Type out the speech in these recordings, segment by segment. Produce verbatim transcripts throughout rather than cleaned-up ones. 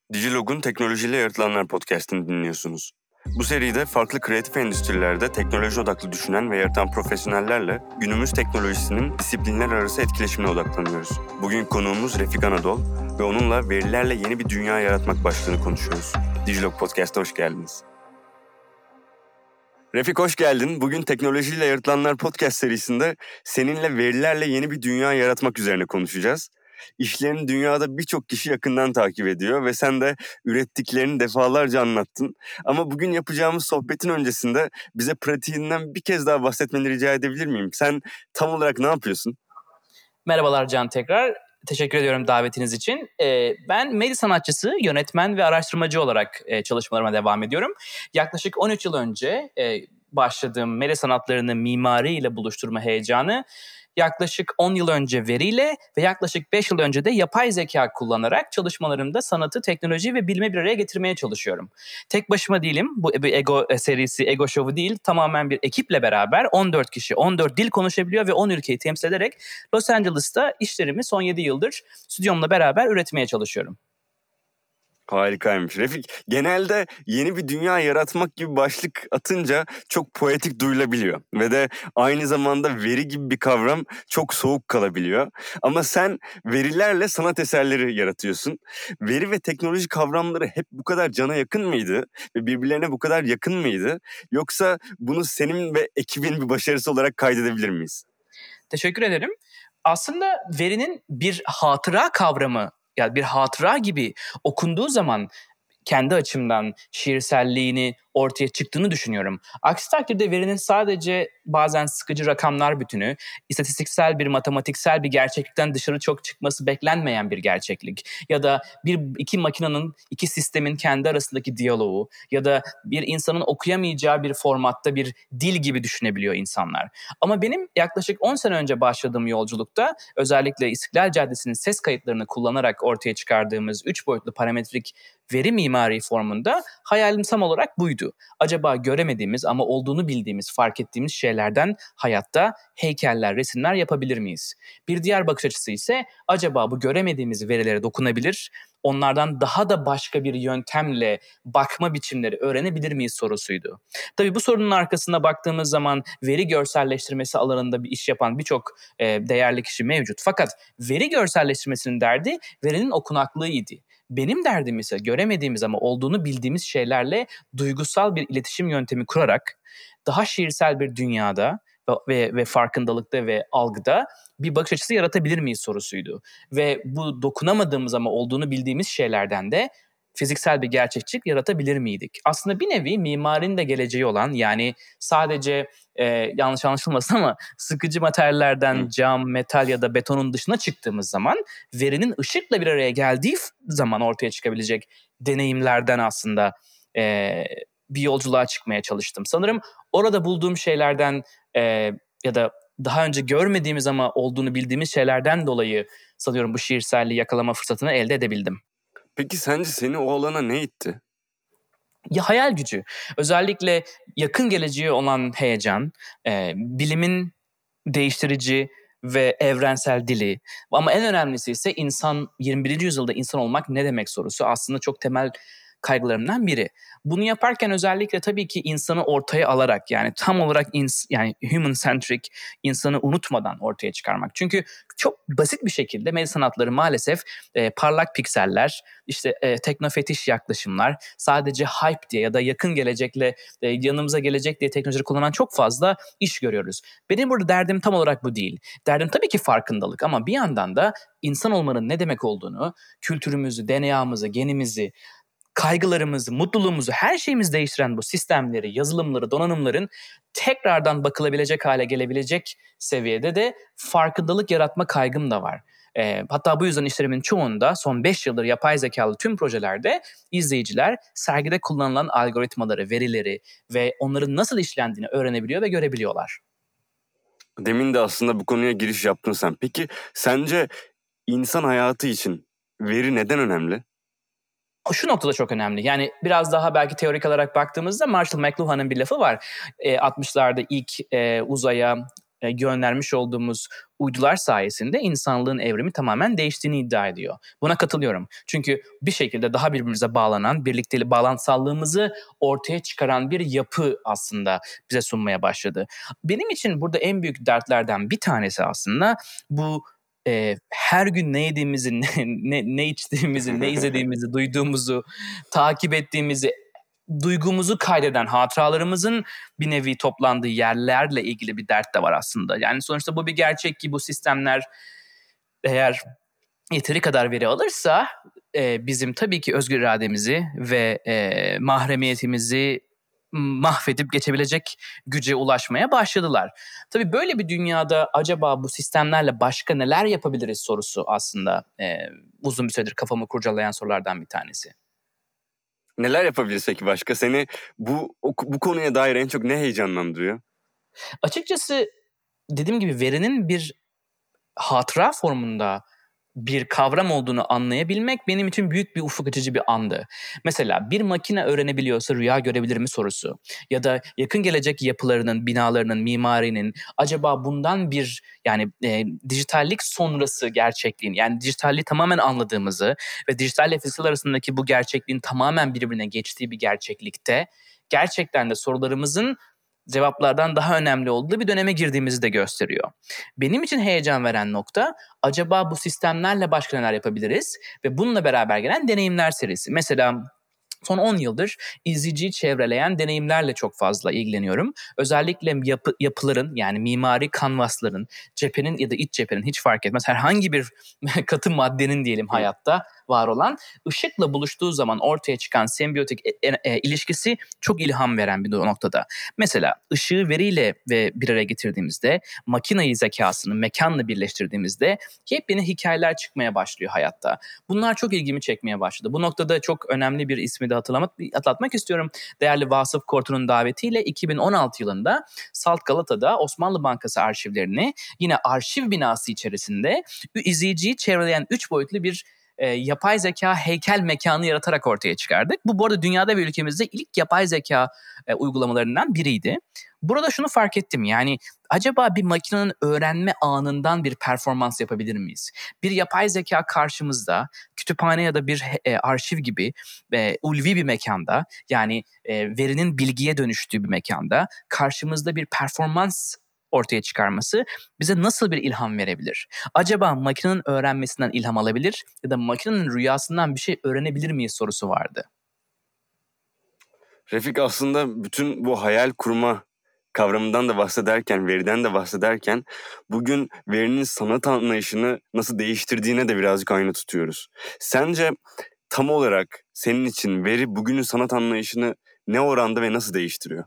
Digilog'un Teknolojiyle Yaratılanlar podcast'ini dinliyorsunuz. Bu seride farklı kreatif endüstrilerde teknoloji odaklı düşünen ve yaratan profesyonellerle günümüz teknolojisinin disiplinler arası etkileşimine odaklanıyoruz. Bugün konuğumuz Refik Anadol ve onunla verilerle yeni bir dünya yaratmak başlığını konuşuyoruz. Digilog Podcast'a hoş geldiniz. Refik hoş geldin. Bugün Teknolojiyle Yaratılanlar podcast serisinde seninle verilerle yeni bir dünya yaratmak üzerine konuşacağız. İşlerini dünyada birçok kişi yakından takip ediyor ve sen de ürettiklerini defalarca anlattın. Ama bugün yapacağımız sohbetin öncesinde bize pratiğinden bir kez daha bahsetmeni rica edebilir miyim? Sen tam olarak ne yapıyorsun? Merhabalar Can tekrar. Teşekkür ediyorum davetiniz için. Ee, ben medya sanatçısı, yönetmen ve araştırmacı olarak e, çalışmalarıma devam ediyorum. Yaklaşık on üç yıl önce e, başladığım medya sanatlarını mimariyle buluşturma heyecanı yaklaşık on yıl önce veriyle ve yaklaşık beş yıl önce de yapay zeka kullanarak çalışmalarımda sanatı, teknolojiyi ve bilimi bir araya getirmeye çalışıyorum. Tek başıma değilim. Bu bir Ego serisi, Ego Show'u değil. Tamamen bir ekiple beraber on dört kişi, on dört dil konuşabiliyor ve on ülkeyi temsil ederek Los Angeles'ta işlerimi son yedi yıldır stüdyomla beraber üretmeye çalışıyorum. Harikaymış. Refik, genelde yeni bir dünya yaratmak gibi başlık atınca çok poetik duyulabiliyor. Ve de aynı zamanda veri gibi bir kavram çok soğuk kalabiliyor. Ama sen verilerle sanat eserleri yaratıyorsun. Veri ve teknoloji kavramları hep bu kadar cana yakın mıydı? Ve birbirlerine bu kadar yakın mıydı? Yoksa bunu senin ve ekibin bir başarısı olarak kaydedebilir miyiz? Teşekkür ederim. Aslında verinin bir hatıra kavramı, yani bir hatıra gibi okunduğu zaman kendi açımdan şiirselliğini ortaya çıktığını düşünüyorum. Aksi takdirde verinin sadece bazen sıkıcı rakamlar bütünü, istatistiksel bir, matematiksel bir gerçeklikten dışarı çok çıkması beklenmeyen bir gerçeklik. Ya da bir iki makinenin, iki sistemin kendi arasındaki diyaloğu ya da bir insanın okuyamayacağı bir formatta bir dil gibi düşünebiliyor insanlar. Ama benim yaklaşık on sene önce başladığım yolculukta özellikle İstiklal Caddesi'nin ses kayıtlarını kullanarak ortaya çıkardığımız üç boyutlu parametrik veri mimari formunda hayalim tam olarak buydu. Acaba göremediğimiz ama olduğunu bildiğimiz, fark ettiğimiz şeylerden hayatta heykeller, resimler yapabilir miyiz? Bir diğer bakış açısı ise acaba bu göremediğimiz verilere dokunabilir, onlardan daha da başka bir yöntemle bakma biçimleri öğrenebilir miyiz sorusuydu. Tabii bu sorunun arkasında baktığımız zaman veri görselleştirmesi alanında bir iş yapan birçok e, değerli kişi mevcut. Fakat veri görselleştirmesinin derdi verinin okunaklığıydı. Benim derdim ise göremediğimiz ama olduğunu bildiğimiz şeylerle duygusal bir iletişim yöntemi kurarak daha şiirsel bir dünyada ve, ve farkındalıkta ve algıda bir bakış açısı yaratabilir miyiz sorusuydu. Ve bu dokunamadığımız ama olduğunu bildiğimiz şeylerden de fiziksel bir gerçekçilik yaratabilir miydik? Aslında bir nevi mimarinin de geleceği olan, yani sadece e, yanlış anlaşılmasın ama sıkıcı materyallerden cam, metal ya da betonun dışına çıktığımız zaman verinin ışıkla bir araya geldiği zaman ortaya çıkabilecek deneyimlerden aslında e, bir yolculuğa çıkmaya çalıştım. Sanırım orada bulduğum şeylerden e, ya da daha önce görmediğimiz ama olduğunu bildiğimiz şeylerden dolayı sanıyorum bu şiirselliği yakalama fırsatını elde edebildim. Peki sence seni o alana ne itti? Ya hayal gücü. Özellikle yakın geleceğe olan heyecan, e, bilimin değiştirici ve evrensel dili. Ama en önemlisi ise insan, yirmi birinci yüzyılda insan olmak ne demek sorusu aslında çok temel kaygılarımdan biri. Bunu yaparken özellikle tabii ki insanı ortaya alarak, yani tam olarak ins- yani human centric, insanı unutmadan ortaya çıkarmak. Çünkü çok basit bir şekilde medya sanatları maalesef e, parlak pikseller, işte e, teknofetiş yaklaşımlar, sadece hype diye ya da yakın gelecekle e, yanımıza gelecek diye teknoloji kullanan çok fazla iş görüyoruz. Benim burada derdim tam olarak bu değil. Derdim tabii ki farkındalık ama bir yandan da insan olmanın ne demek olduğunu, kültürümüzü, D N A'mızı, genimizi, kaygılarımızı, mutluluğumuzu, her şeyimizi değiştiren bu sistemleri, yazılımları, donanımların tekrardan bakılabilecek hale gelebilecek seviyede de farkındalık yaratma kaygım da var. E, hatta bu yüzden işlerimin çoğunda son beş yıldır yapay zekalı tüm projelerde izleyiciler sergide kullanılan algoritmaları, verileri ve onların nasıl işlendiğini öğrenebiliyor ve görebiliyorlar. Demin de aslında bu konuya giriş yaptın sen. Peki sence insan hayatı için veri neden önemli? Şu noktada çok önemli. Yani biraz daha belki teorik olarak baktığımızda Marshall McLuhan'ın bir lafı var. E, altmışlarda ilk e, uzaya e, göndermiş olduğumuz uydular sayesinde insanlığın evrimi tamamen değiştiğini iddia ediyor. Buna katılıyorum. Çünkü bir şekilde daha birbirimize bağlanan, birlikte bağlantısallığımızı ortaya çıkaran bir yapı aslında bize sunmaya başladı. Benim için burada en büyük dertlerden bir tanesi aslında bu e, her gün ne yediğimizi, ne, ne, ne içtiğimizi, ne izlediğimizi, duyduğumuzu, takip ettiğimizi, duygumuzu kaydeden hatıralarımızın bir nevi toplandığı yerlerle ilgili bir dert de var aslında. Yani sonuçta bu bir gerçek ki bu sistemler eğer yeteri kadar veri alırsa e, bizim tabii ki özgür irademizi ve e, mahremiyetimizi mahvedip geçebilecek güce ulaşmaya başladılar. Tabii böyle bir dünyada acaba bu sistemlerle başka neler yapabiliriz sorusu aslında e, uzun bir süredir kafamı kurcalayan sorulardan bir tanesi. Neler yapabiliriz peki başka? Seni bu bu konuya dair en çok ne heyecanlandırıyor? Açıkçası dediğim gibi verinin bir hatıra formunda bir kavram olduğunu anlayabilmek benim için büyük bir ufuk açıcı bir andı. Mesela bir makine öğrenebiliyorsa rüya görebilir mi sorusu ya da yakın gelecek yapılarının, binalarının, mimarinin acaba bundan bir yani e, dijitallik sonrası gerçekliğin yani dijitalliği tamamen anladığımızı ve dijitalle fiziksel arasındaki bu gerçekliğin tamamen birbirine geçtiği bir gerçeklikte gerçekten de sorularımızın cevaplardan daha önemli olduğu bir döneme girdiğimizi de gösteriyor. Benim için heyecan veren nokta acaba bu sistemlerle başka neler yapabiliriz ve bununla beraber gelen deneyimler serisi. Mesela son on yıldır izleyiciyi çevreleyen deneyimlerle çok fazla ilgileniyorum. Özellikle yapı, yapıların yani mimari kanvasların, cephenin ya da iç cephenin hiç fark etmez herhangi bir katı maddenin diyelim hayatta var olan ışıkla buluştuğu zaman ortaya çıkan sembiyotik e, e, ilişkisi çok ilham veren bir noktada. Mesela ışığı veriyle ve bir araya getirdiğimizde, makinayı zekasını mekanla birleştirdiğimizde yepyeni hikayeler çıkmaya başlıyor hayatta. Bunlar çok ilgimi çekmeye başladı. Bu noktada çok önemli bir ismi de hatırlamak, atlatmak istiyorum. Değerli Vasıf Kortun'un davetiyle iki bin on altı yılında Salt Galata'da Osmanlı Bankası arşivlerini yine arşiv binası içerisinde izleyiciyi çevreleyen üç boyutlu bir e, yapay zeka heykel mekanı yaratarak ortaya çıkardık. Bu bu arada dünyada ve ülkemizde ilk yapay zeka e, uygulamalarından biriydi. Burada şunu fark ettim yani acaba bir makinenin öğrenme anından bir performans yapabilir miyiz? Bir yapay zeka karşımızda kütüphane ya da bir e, arşiv gibi e, ulvi bir mekanda yani e, verinin bilgiye dönüştüğü bir mekanda karşımızda bir performans ortaya çıkarması bize nasıl bir ilham verebilir? Acaba makinenin öğrenmesinden ilham alabilir ya da makinenin rüyasından bir şey öğrenebilir miyiz sorusu vardı. Refik aslında bütün bu hayal kurma kavramından da bahsederken, veriden de bahsederken bugün verinin sanat anlayışını nasıl değiştirdiğine de birazcık ayna tutuyoruz. Sence tam olarak senin için veri bugünün sanat anlayışını ne oranda ve nasıl değiştiriyor?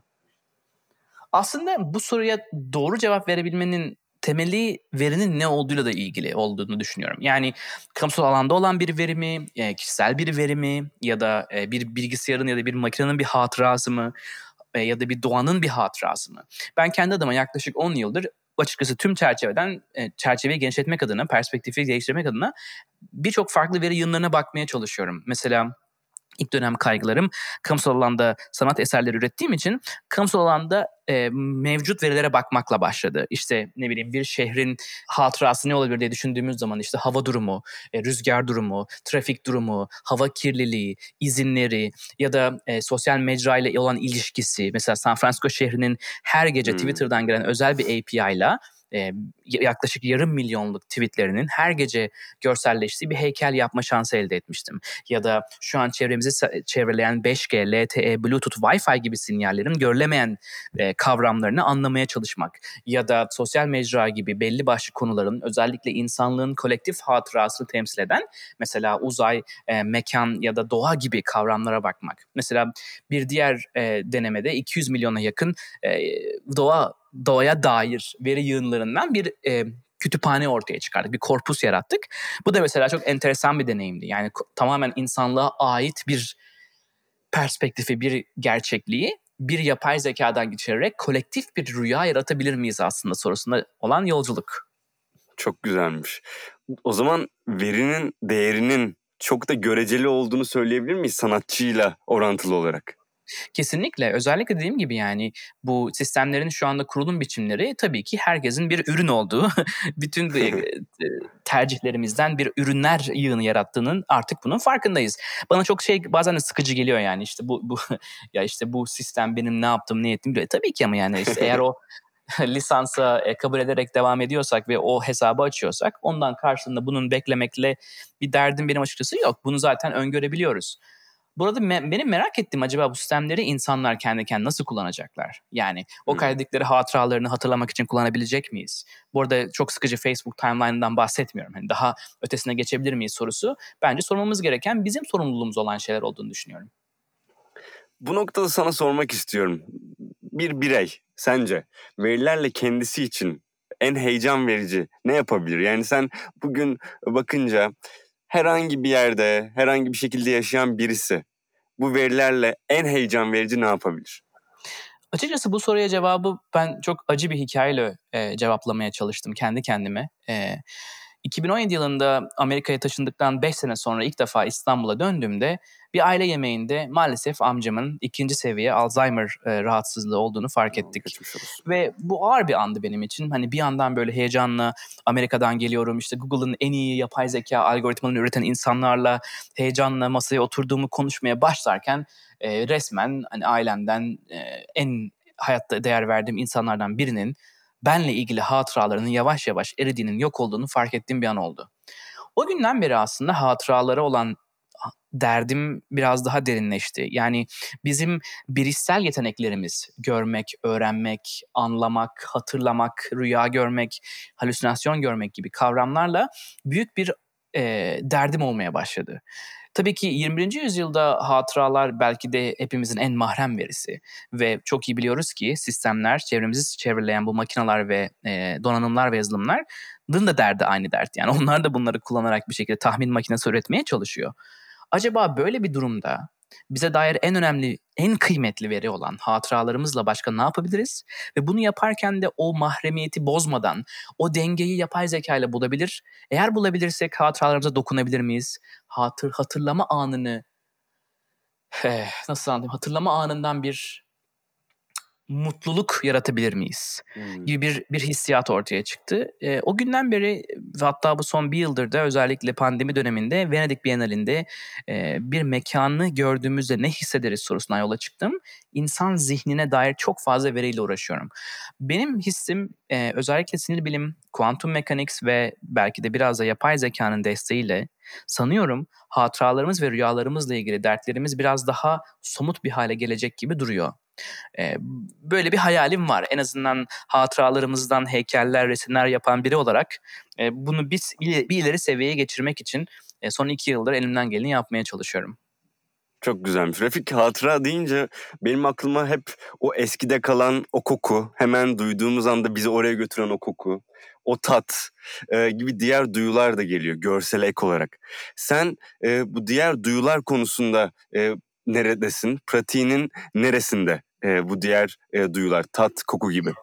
Aslında bu soruya doğru cevap verebilmenin temeli verinin ne olduğuyla da ilgili olduğunu düşünüyorum. Yani kamusal alanda olan bir veri mi, kişisel bir veri mi ya da bir bilgisayarın ya da bir makinenin bir hatırası mı ya da bir doğanın bir hatırası mı? Ben kendi adıma yaklaşık on yıldır açıkçası tüm çerçeveden çerçeveyi genişletmek adına, perspektifi değiştirmek adına birçok farklı veri yığınlarına bakmaya çalışıyorum. Mesela İlk dönem kaygılarım kamusal alanda sanat eserleri ürettiğim için kamusal alanda e, mevcut verilere bakmakla başladı. İşte ne bileyim bir şehrin hatırası ne olabilir diye düşündüğümüz zaman işte hava durumu, e, rüzgar durumu, trafik durumu, hava kirliliği, izinleri ya da e, sosyal mecra ile olan ilişkisi. Mesela San Francisco şehrinin her gece hmm. Twitter'dan gelen özel bir A P I ile e, yaklaşık yarım milyonluk tweetlerinin her gece görselleştiği bir heykel yapma şansı elde etmiştim. Ya da şu an çevremizi çevreleyen beş G, L T E, Bluetooth, Wi-Fi gibi sinyallerin görülemeyen e, kavramlarını anlamaya çalışmak. Ya da sosyal mecra gibi belli başlı konuların özellikle insanlığın kolektif hatırasını temsil eden mesela uzay, e, mekan ya da doğa gibi kavramlara bakmak. Mesela bir diğer e, denemede iki yüz milyona yakın e, doğa doğaya dair veri yığınlarından bir e, kütüphane ortaya çıkardık. Bir korpus yarattık. Bu da mesela çok enteresan bir deneyimdi. Yani ko- tamamen insanlığa ait bir perspektifi, bir gerçekliği bir yapay zekadan geçirerek kolektif bir rüya yaratabilir miyiz aslında sorusunda olan yolculuk. Çok güzelmiş. O zaman verinin değerinin çok da göreceli olduğunu söyleyebilir miyiz sanatçıyla orantılı olarak? Kesinlikle. Özellikle dediğim gibi yani bu sistemlerin şu anda kurulum biçimleri tabii ki herkesin bir ürün olduğu, bütün e, e, tercihlerimizden bir ürünler yığını yarattığının artık bunun farkındayız. Bana çok şey bazen de sıkıcı geliyor yani işte bu bu ya işte bu sistem benim ne yaptım ne ettim diyor. Tabii ki ama yani işte eğer o lisansa e, kabul ederek devam ediyorsak ve o hesabı açıyorsak ondan karşılığında bunun beklemekle bir derdim benim açıkçası yok. Bunu zaten öngörebiliyoruz. Burada me- benim merak ettiğim acaba bu sistemleri insanlar kendi kendine nasıl kullanacaklar? Yani o Hmm. kaydettikleri hatıralarını hatırlamak için kullanabilecek miyiz? Bu arada çok sıkıcı Facebook timeline'dan bahsetmiyorum. Hani daha ötesine geçebilir miyiz sorusu bence sormamız gereken bizim sorumluluğumuz olan şeyler olduğunu düşünüyorum. Bu noktada sana sormak istiyorum. Bir birey sence verilerle kendisi için en heyecan verici ne yapabilir? Yani sen bugün bakınca herhangi bir yerde, herhangi bir şekilde yaşayan birisi bu verilerle en heyecan verici ne yapabilir? Açıkçası bu soruya cevabı ben çok acı bir hikayeyle e, cevaplamaya çalıştım kendi kendime. E, iki bin on yedi yılında Amerika'ya taşındıktan beş sene sonra ilk defa İstanbul'a döndüğümde bir aile yemeğinde maalesef amcamın ikinci seviye Alzheimer e, rahatsızlığı olduğunu fark Hmm, ettik. geçmiş olsun. Ve bu ağır bir andı benim için. Hani bir yandan böyle heyecanla Amerika'dan geliyorum, işte Google'ın en iyi yapay zeka algoritmalarını üreten insanlarla heyecanla masaya oturduğumu konuşmaya başlarken e, resmen hani ailemden e, en hayatta değer verdiğim insanlardan birinin benle ilgili hatıralarının yavaş yavaş eridiğinin, yok olduğunu fark ettiğim bir an oldu. O günden beri aslında hatıralara olan derdim biraz daha derinleşti. Yani bizim bilişsel yeteneklerimiz, görmek, öğrenmek, anlamak, hatırlamak, rüya görmek, halüsinasyon görmek gibi kavramlarla büyük bir e, derdim olmaya başladı. Tabii ki yirmi birinci yüzyılda hatıralar belki de hepimizin en mahrem verisi ve çok iyi biliyoruz ki sistemler, çevremizi çevreleyen bu makineler ve e, donanımlar ve yazılımların da derdi aynı dert. Yani onlar da bunları kullanarak bir şekilde tahmin makinesi üretmeye çalışıyor. Acaba böyle bir durumda bize dair en önemli, en kıymetli veri olan hatıralarımızla başka ne yapabiliriz? Ve bunu yaparken de o mahremiyeti bozmadan o dengeyi yapay zeka ile bulabilir. Eğer bulabilirsek hatıralarımıza dokunabilir miyiz? Hatır, hatırlama anını eh, nasıl anlatayım? Hatırlama anından bir mutluluk yaratabilir miyiz? Hmm. Gibi bir bir hissiyat ortaya çıktı. E, o günden beri ve hatta bu son bir yıldır da özellikle pandemi döneminde Venedik Bienalinde e, bir mekanı gördüğümüzde ne hissederiz sorusuna yola çıktım. İnsan zihnine dair çok fazla veriyle uğraşıyorum. Benim hissim e, özellikle sinir bilim, kuantum mechanics ve belki de biraz da yapay zekanın desteğiyle sanıyorum hatıralarımız ve rüyalarımızla ilgili dertlerimiz biraz daha somut bir hale gelecek gibi duruyor. Ee, böyle bir hayalim var. En azından hatıralarımızdan heykeller, resimler yapan biri olarak e, bunu bir, bir ileri seviyeye geçirmek için e, son iki yıldır elimden geleni yapmaya çalışıyorum. Çok güzelmiş. Refik, hatıra deyince benim aklıma hep o eskide kalan o koku, hemen duyduğumuz anda bizi oraya götüren o koku, o tat e, gibi diğer duyular da geliyor görsel ek olarak. Sen e, bu diğer duyular konusunda e, neredesin? Pratiğinin neresinde e, bu diğer e, duyular, tat, koku gibi?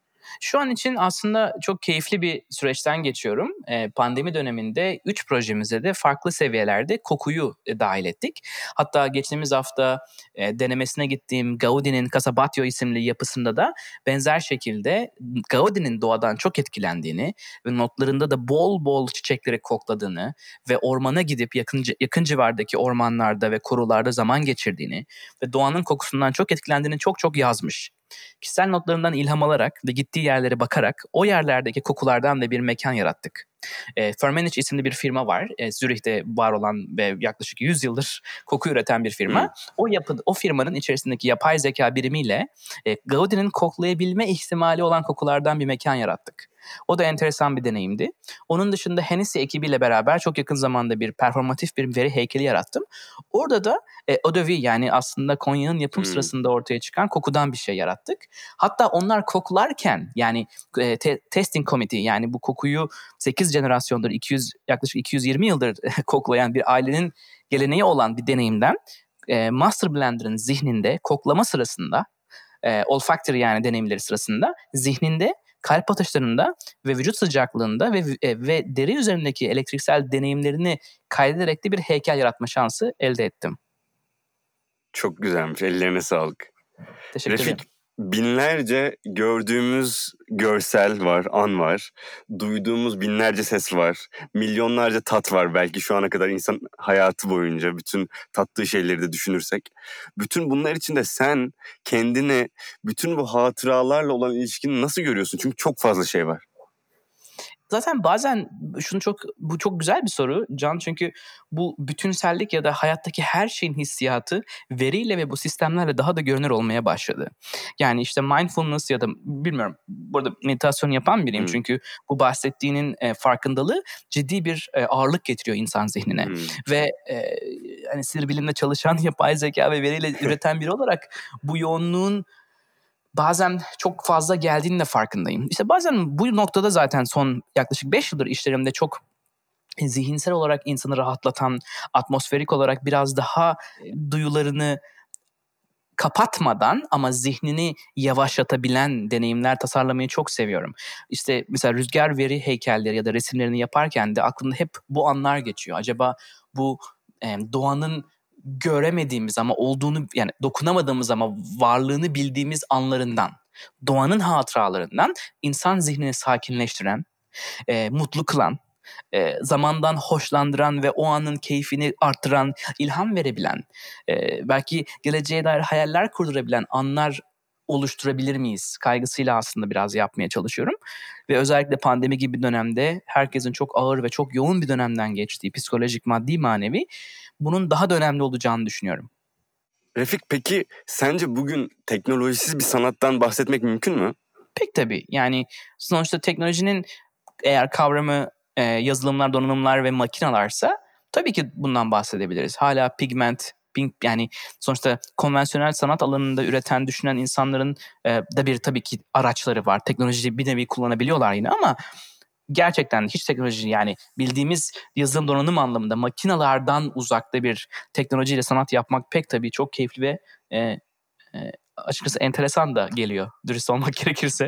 Şu an için aslında çok keyifli bir süreçten geçiyorum. Ee, pandemi döneminde üç projemize de farklı seviyelerde kokuyu e, dahil ettik. Hatta geçtiğimiz hafta e, denemesine gittiğim Gaudi'nin Casa Batlló isimli yapısında da benzer şekilde Gaudi'nin doğadan çok etkilendiğini ve notlarında da bol bol çiçekleri kokladığını ve ormana gidip yakın, yakın civardaki ormanlarda ve korularda zaman geçirdiğini ve doğanın kokusundan çok etkilendiğini çok çok yazmış. Kişisel notlarından ilham alarak ve gittiği yerlere bakarak o yerlerdeki kokulardan da bir mekan yarattık. E, Firmenich isimli bir firma var. E, Zürih'te var olan ve yaklaşık yüz yıldır koku üreten bir firma. Hmm. O yapı, o firmanın içerisindeki yapay zeka birimiyle e, Gaudi'nin koklayabilme ihtimali olan kokulardan bir mekan yarattık. O da enteresan bir deneyimdi. Onun dışında Hennessy ekibiyle beraber çok yakın zamanda bir performatif bir veri heykeli yarattım. Orada da e, eau de vie, yani aslında Konya'nın yapım Hmm. sırasında ortaya çıkan kokudan bir şey yarattık. Hatta onlar koklarken yani e, te- testing committee, yani bu kokuyu sekiz jenerasyondur, iki yüz yaklaşık iki yüz yirmi yıldır koklayan bir ailenin geleneği olan bir deneyimden e, Master Blender'ın zihninde koklama sırasında e, olfactory, yani deneyimleri sırasında zihninde kalp atışlarında ve vücut sıcaklığında ve e, ve deri üzerindeki elektriksel deneyimlerini kaydederek de bir heykel yaratma şansı elde ettim. Çok güzelmiş. Ellerine sağlık. Teşekkür Refik, ederim. binlerce gördüğümüz görsel var, an var. Duyduğumuz binlerce ses var. Milyonlarca tat var belki şu ana kadar insan hayatı boyunca bütün tattığı şeyleri de düşünürsek. Bütün bunlar içinde sen kendini bütün bu hatıralarla olan ilişkini nasıl görüyorsun? Çünkü çok fazla şey var. Zaten bazen şunu çok bu çok güzel bir soru Can, çünkü bu bütünsellik ya da hayattaki her şeyin hissiyatı veriyle ve bu sistemlerle daha da görünür olmaya başladı. Yani işte mindfulness ya da bilmiyorum, burada meditasyon yapan biriyim, Hmm. çünkü bu bahsettiğinin e, farkındalığı ciddi bir e, ağırlık getiriyor insan zihnine. Hmm. Ve e, hani sinir bilimde çalışan, yapay zeka ve veriyle üreten biri olarak bu yoğunluğun bazen çok fazla geldiğinin de farkındayım. İşte bazen bu noktada zaten son yaklaşık beş yıldır işlerimde çok zihinsel olarak insanı rahatlatan, atmosferik olarak biraz daha duyularını kapatmadan ama zihnini yavaşlatabilen deneyimler tasarlamayı çok seviyorum. İşte mesela rüzgar veri heykelleri ya da resimlerini yaparken de aklımda hep bu anlar geçiyor. Acaba bu e, doğanın göremediğimiz ama olduğunu, yani dokunamadığımız ama varlığını bildiğimiz anlarından, doğanın hatıralarından insan zihnini sakinleştiren, e, mutlu kılan, e, zamandan hoşlandıran ve o anın keyfini arttıran, ilham verebilen, e, belki geleceğe dair hayaller kurdurabilen anlar oluşturabilir miyiz kaygısıyla aslında biraz yapmaya çalışıyorum. Ve özellikle pandemi gibi bir dönemde herkesin çok ağır ve çok yoğun bir dönemden geçtiği, psikolojik, maddi, manevi, bunun daha da önemli olacağını düşünüyorum. Refik, peki sence bugün teknolojisiz bir sanattan bahsetmek mümkün mü? Pek tabii. Yani sonuçta teknolojinin eğer kavramı e, yazılımlar, donanımlar ve makinalarsa tabii ki bundan bahsedebiliriz. Hala pigment, pink, yani sonuçta konvansiyonel sanat alanında üreten, düşünen insanların e, da bir tabii ki araçları var. Teknolojiyi bir nevi kullanabiliyorlar yine ama gerçekten hiç teknoloji, yani bildiğimiz yazılım donanım anlamında makinalardan uzakta bir teknolojiyle sanat yapmak pek tabii çok keyifli ve e, e, açıkçası enteresan da geliyor, dürüst olmak gerekirse.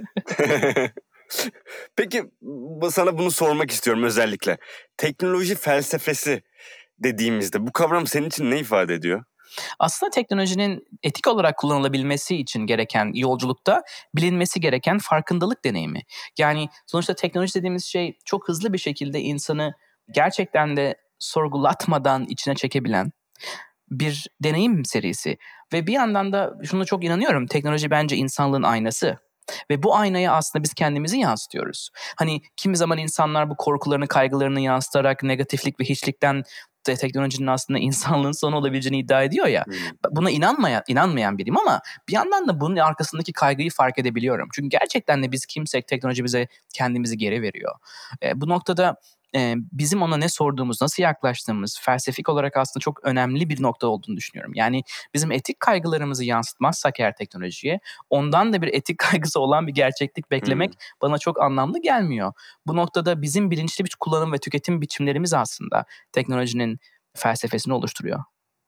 Peki sana bunu sormak istiyorum özellikle. Teknoloji felsefesi dediğimizde bu kavram senin için ne ifade ediyor? Aslında teknolojinin etik olarak kullanılabilmesi için gereken yolculukta bilinmesi gereken farkındalık deneyimi. Yani sonuçta teknoloji dediğimiz şey çok hızlı bir şekilde insanı gerçekten de sorgulatmadan içine çekebilen bir deneyim serisi. Ve bir yandan da şuna çok inanıyorum. Teknoloji bence insanlığın aynası. Ve bu aynaya aslında biz kendimizi yansıtıyoruz. Hani kimi zaman insanlar bu korkularını, kaygılarını yansıtarak negatiflik ve hiçlikten de teknolojinin aslında insanlığın sonu olabileceğini iddia ediyor ya. Hmm. Buna inanmayan, inanmayan biriyim ama bir yandan da bunun arkasındaki kaygıyı fark edebiliyorum. Çünkü gerçekten de biz kimsek teknoloji bize kendimizi geri veriyor. E, bu noktada e, bizim ona ne sorduğumuz, nasıl yaklaştığımız felsefik olarak aslında çok önemli bir nokta olduğunu düşünüyorum. Yani bizim etik kaygılarımızı yansıtmazsak eğer teknolojiye, ondan da bir etik kaygısı olan bir gerçeklik beklemek Hmm. bana çok anlamlı gelmiyor. Bu noktada bizim bilinçli bir kullanım ve tüketim biçimlerimiz aslında teknolojinin felsefesini oluşturuyor.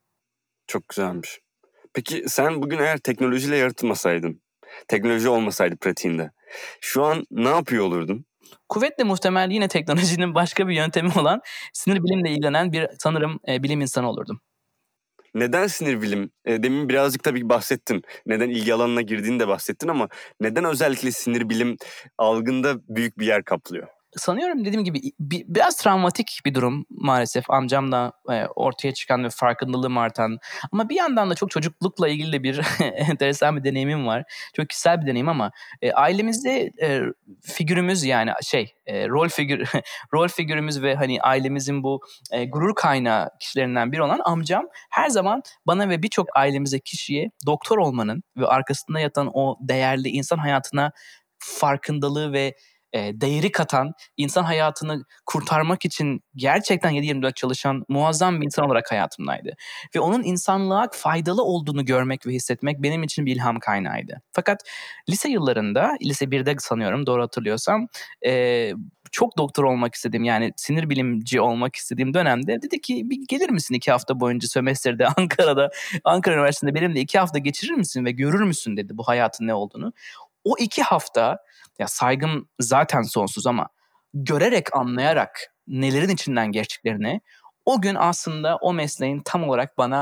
Çok güzelmiş. Peki sen bugün eğer teknolojiyle yaratılmasaydın, teknoloji olmasaydı pratiğinde, şu an ne yapıyor olurdun? Kuvvetle muhtemel yine teknolojinin başka bir yöntemi olan sinir bilimle ilgilenen bir sanırım e, bilim insanı olurdum. Neden sinir bilim? E, demin birazcık tabii bahsettin. Neden ilgi alanına girdiğini de bahsettin ama neden özellikle sinir bilim algında büyük bir yer kaplıyor? Sanıyorum dediğim gibi bir, biraz travmatik bir durum maalesef, amcamla e, ortaya çıkan ve farkındalığım artan, ama bir yandan da çok çocuklukla ilgili de bir enteresan bir deneyimim var. Çok kişisel bir deneyim ama e, ailemizde e, figürümüz, yani şey e, rol figür rol figürümüz ve hani ailemizin bu e, gurur kaynağı kişilerinden biri olan amcam her zaman bana ve birçok ailemize kişiye doktor olmanın ve arkasında yatan o değerli insan hayatına farkındalığı ve e, değeri katan, insan hayatını kurtarmak için gerçekten yedi yirmi dört çalışan muazzam bir insan olarak hayatımdaydı. Ve onun insanlığa faydalı olduğunu görmek ve hissetmek benim için bir ilham kaynağıydı. Fakat lise yıllarında, lise birde sanıyorum doğru hatırlıyorsam, e, çok doktor olmak istediğim, yani sinir bilimci olmak istediğim dönemde dedi ki bir gelir misin iki hafta boyunca sömestrde Ankara'da, Ankara Üniversitesi'nde benimle iki hafta geçirir misin ve görür müsün dedi bu hayatın ne olduğunu. O iki hafta, ya saygım zaten sonsuz ama görerek, anlayarak nelerin içinden geçtiklerini, o gün aslında o mesleğin tam olarak bana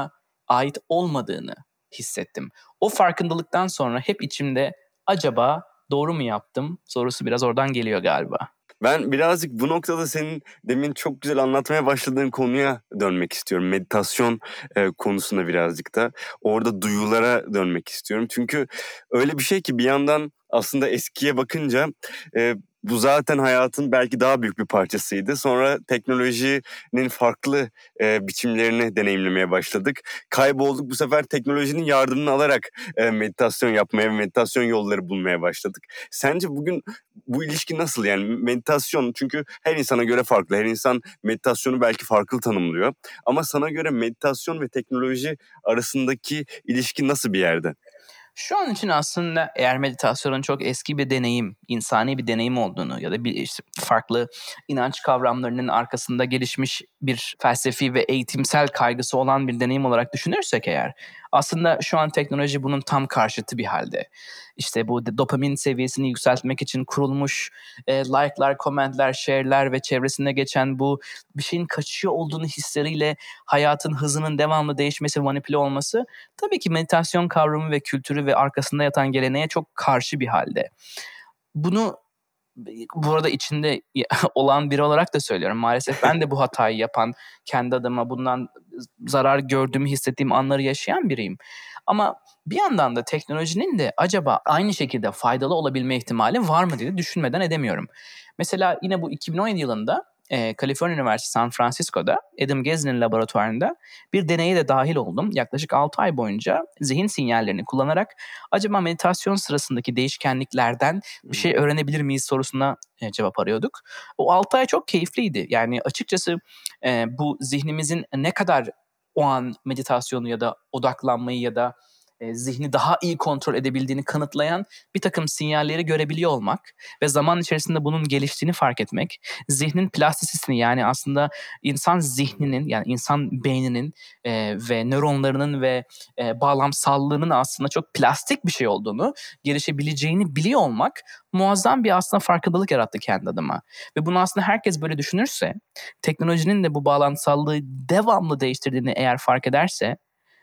ait olmadığını hissettim. O farkındalıktan sonra hep içimde acaba doğru mu yaptım sorusu biraz oradan geliyor galiba. Ben birazcık bu noktada senin demin çok güzel anlatmaya başladığın konuya dönmek istiyorum. Meditasyon e, konusuna birazcık da. Orada duyulara dönmek istiyorum. Çünkü öyle bir şey ki bir yandan aslında eskiye bakınca e, bu zaten hayatın belki daha büyük bir parçasıydı. Sonra teknolojinin farklı e, biçimlerini deneyimlemeye başladık. Kaybolduk, bu sefer teknolojinin yardımını alarak e, meditasyon yapmaya, meditasyon yolları bulmaya başladık. Sence bugün bu ilişki nasıl? Yani meditasyon, çünkü her insana göre farklı. Her insan meditasyonu belki farklı tanımlıyor. Ama sana göre meditasyon ve teknoloji arasındaki ilişki nasıl bir yerde? Şu an için aslında eğer meditasyonun çok eski bir deneyim, insani bir deneyim olduğunu ya da bir işte farklı inanç kavramlarının arkasında gelişmiş bir felsefi ve eğitimsel kaygısı olan bir deneyim olarak düşünürsek eğer, aslında şu an teknoloji bunun tam karşıtı bir halde. İşte bu dopamin seviyesini yükseltmek için kurulmuş e, like'lar, comment'ler, share'ler ve çevresinde geçen bu bir şeyin kaçıyor olduğunu hisleriyle hayatın hızının devamlı değişmesi, manipüle olması tabii ki meditasyon kavramı ve kültürü ve arkasında yatan geleneğe çok karşı bir halde. Bunu bu arada içinde olan biri olarak da söylüyorum. Maalesef ben de bu hatayı yapan, kendi adıma bundan zarar gördüğümü hissettiğim anları yaşayan biriyim. Ama bir yandan da teknolojinin de acaba aynı şekilde faydalı olabilme ihtimali var mı diye düşünmeden edemiyorum. Mesela yine bu iki bin on yedi yılında e, Kaliforniya Üniversitesi San Francisco'da Adam Gezner'in laboratuvarında bir deneye de dahil oldum. Yaklaşık altı ay boyunca zihin sinyallerini kullanarak acaba meditasyon sırasındaki değişkenliklerden bir şey öğrenebilir miyiz sorusuna e, cevap arıyorduk. O altı ay çok keyifliydi. Yani açıkçası e, bu zihnimizin ne kadar o an meditasyonu ya da odaklanmayı ya da e, zihni daha iyi kontrol edebildiğini kanıtlayan bir takım sinyalleri görebiliyor olmak ve zaman içerisinde bunun geliştiğini fark etmek, zihnin plastisitini, yani aslında insan zihninin, yani insan beyninin e, ve nöronlarının ve e, bağlamsallığının aslında çok plastik bir şey olduğunu, gelişebileceğini biliyor olmak muazzam bir aslında farkındalık yarattı kendi adıma. Ve bunu aslında herkes böyle düşünürse, teknolojinin de bu bağlamsallığı devamlı değiştirdiğini eğer fark ederse,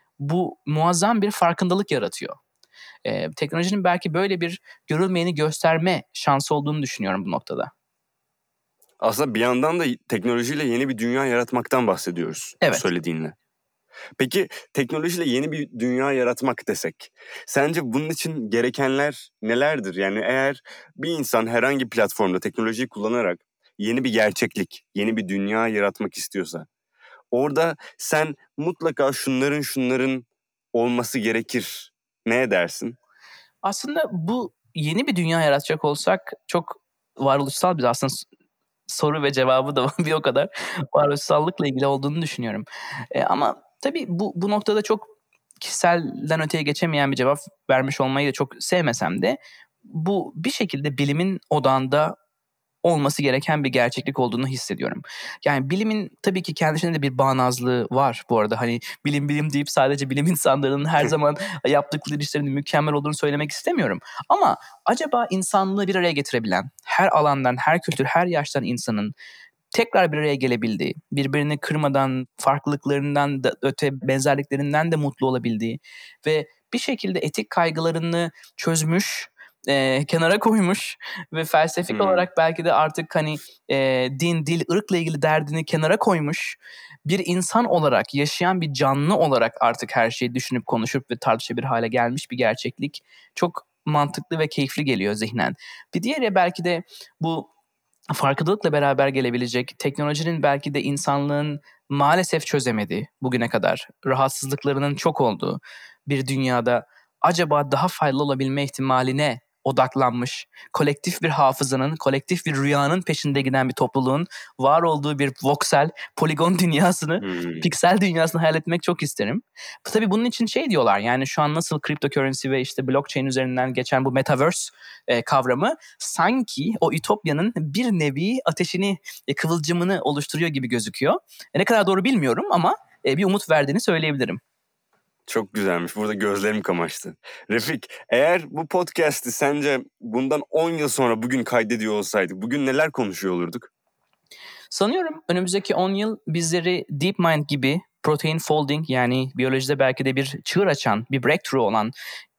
bu muazzam bir farkındalık yaratıyor. Ee, teknolojinin belki böyle bir görülmeyeni gösterme şansı olduğunu düşünüyorum bu noktada. Aslında bir yandan da teknolojiyle yeni bir dünya yaratmaktan bahsediyoruz bu Evet. söylediğinle. Peki teknolojiyle yeni bir dünya yaratmak desek, sence bunun için gerekenler nelerdir? Yani eğer bir insan herhangi bir platformda teknolojiyi kullanarak yeni bir gerçeklik, yeni bir dünya yaratmak istiyorsa, orada sen mutlaka şunların şunların olması gerekir, ne edersin? Aslında bu yeni bir dünya yaratacak olsak çok varoluşsal bir aslında soru ve cevabı da bir o kadar varoluşsallıkla ilgili olduğunu düşünüyorum. E, ama tabii bu, bu noktada çok kişiselden öteye geçemeyen bir cevap vermiş olmayı da çok sevmesem de, bu bir şekilde bilimin odağında olması gereken bir gerçeklik olduğunu hissediyorum. Yani bilimin tabii ki kendisinde de bir bağnazlığı var bu arada. Hani bilim bilim deyip sadece bilim insanlarının her zaman yaptıkları işlerin mükemmel olduğunu söylemek istemiyorum. Ama acaba insanlığı bir araya getirebilen, her alandan, her kültür, her yaştan insanın tekrar bir araya gelebildiği, birbirini kırmadan, farklılıklarından da öte benzerliklerinden de mutlu olabildiği ve bir şekilde etik kaygılarını çözmüş, e, kenara koymuş ve felsefik Hmm. olarak belki de artık hani e, din, dil, ırkla ilgili derdini kenara koymuş bir insan olarak, yaşayan bir canlı olarak artık her şeyi düşünüp konuşup ve tartışabilir hale gelmiş bir gerçeklik çok mantıklı ve keyifli geliyor zihnen. Bir diğeri belki de bu farkındalıkla beraber gelebilecek, teknolojinin belki de insanlığın maalesef çözemediği, bugüne kadar rahatsızlıklarının çok olduğu bir dünyada acaba daha faydalı olabilme ihtimaline odaklanmış, kolektif bir hafızanın, kolektif bir rüyanın peşinde giden bir topluluğun var olduğu bir voxel, poligon dünyasını, Hmm. piksel dünyasını hayal etmek çok isterim. Tabii bunun için şey diyorlar, yani şu an nasıl cryptocurrency ve işte blockchain üzerinden geçen bu metaverse e, kavramı sanki o ütopyanın bir nevi ateşini, e, kıvılcımını oluşturuyor gibi gözüküyor. E, ne kadar doğru bilmiyorum ama e, bir umut verdiğini söyleyebilirim. Çok güzelmiş. Burada gözlerim kamaştı. Refik, eğer bu podcast'i sence bundan on yıl sonra bugün kaydediyor olsaydık, bugün neler konuşuyor olurduk? Sanıyorum önümüzdeki on yıl bizleri DeepMind gibi protein folding, yani biyolojide belki de bir çığır açan, bir breakthrough olan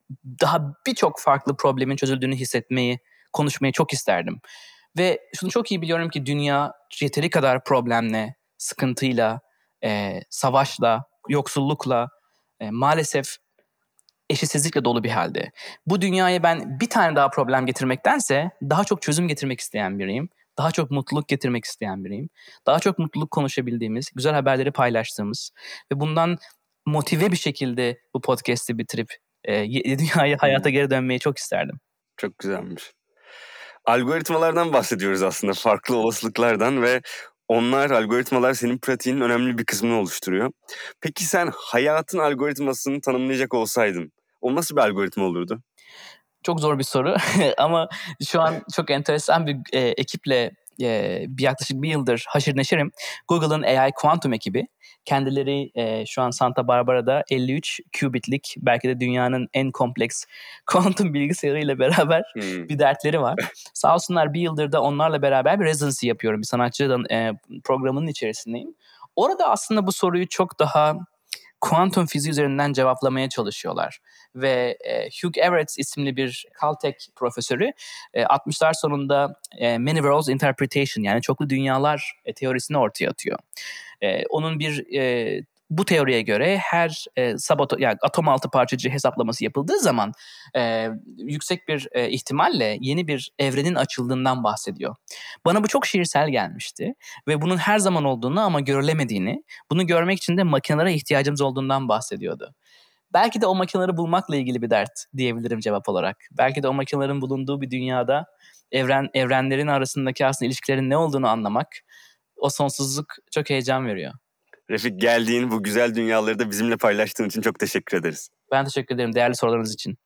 daha birçok farklı problemin çözüldüğünü hissetmeyi, konuşmayı çok isterdim. Ve şunu çok iyi biliyorum ki dünya yeteri kadar problemle, sıkıntıyla, e, savaşla, yoksullukla, e, maalesef eşitsizlikle dolu bir halde. Bu dünyaya ben bir tane daha problem getirmektense daha çok çözüm getirmek isteyen biriyim. Daha çok mutluluk getirmek isteyen biriyim. Daha çok mutluluk konuşabildiğimiz, güzel haberleri paylaştığımız ve bundan motive bir şekilde bu podcast'i bitirip e, dünyaya, hayata geri dönmeyi çok isterdim. Çok güzelmiş. Algoritmalardan bahsediyoruz aslında, farklı olasılıklardan ve onlar, algoritmalar senin pratiğinin önemli bir kısmını oluşturuyor. Peki sen hayatın algoritmasını tanımlayacak olsaydın, o nasıl bir algoritma olurdu? Çok zor bir soru ama şu an çok enteresan bir e, ekiple e, bir yaklaşık bir yıldır haşır neşirim. Google'ın A I Quantum ekibi. Kendileri e, şu an Santa Barbara'da elli üç qubitlik, belki de dünyanın en kompleks kuantum bilgisayarıyla beraber hmm. bir dertleri var. Sağ olsunlar, bir yıldır da onlarla beraber bir residency yapıyorum. Bir sanatçıdan e, programının içerisindeyim. Orada aslında bu soruyu çok daha kuantum fiziği üzerinden cevaplamaya çalışıyorlar. Ve e, Hugh Everett isimli bir Caltech profesörü e, altmışlar sonunda e, Many Worlds Interpretation, yani çoklu dünyalar e, teorisini ortaya atıyor. E, onun bir e, bu teoriye göre her e, saboto, yani atom altı parçacığı hesaplaması yapıldığı zaman e, yüksek bir e, ihtimalle yeni bir evrenin açıldığından bahsediyor. Bana bu çok şiirsel gelmişti ve bunun her zaman olduğunu ama görülemediğini, bunu görmek için de makinelere ihtiyacımız olduğundan bahsediyordu. Belki de o makineleri bulmakla ilgili bir dert diyebilirim cevap olarak. Belki de o makinelerin bulunduğu bir dünyada evren evrenlerin arasındaki aslında ilişkilerin ne olduğunu anlamak, o sonsuzluk çok heyecan veriyor. Refik, geldiğin bu güzel dünyaları da bizimle paylaştığın için çok teşekkür ederiz. Ben teşekkür ederim değerli sorularınız için.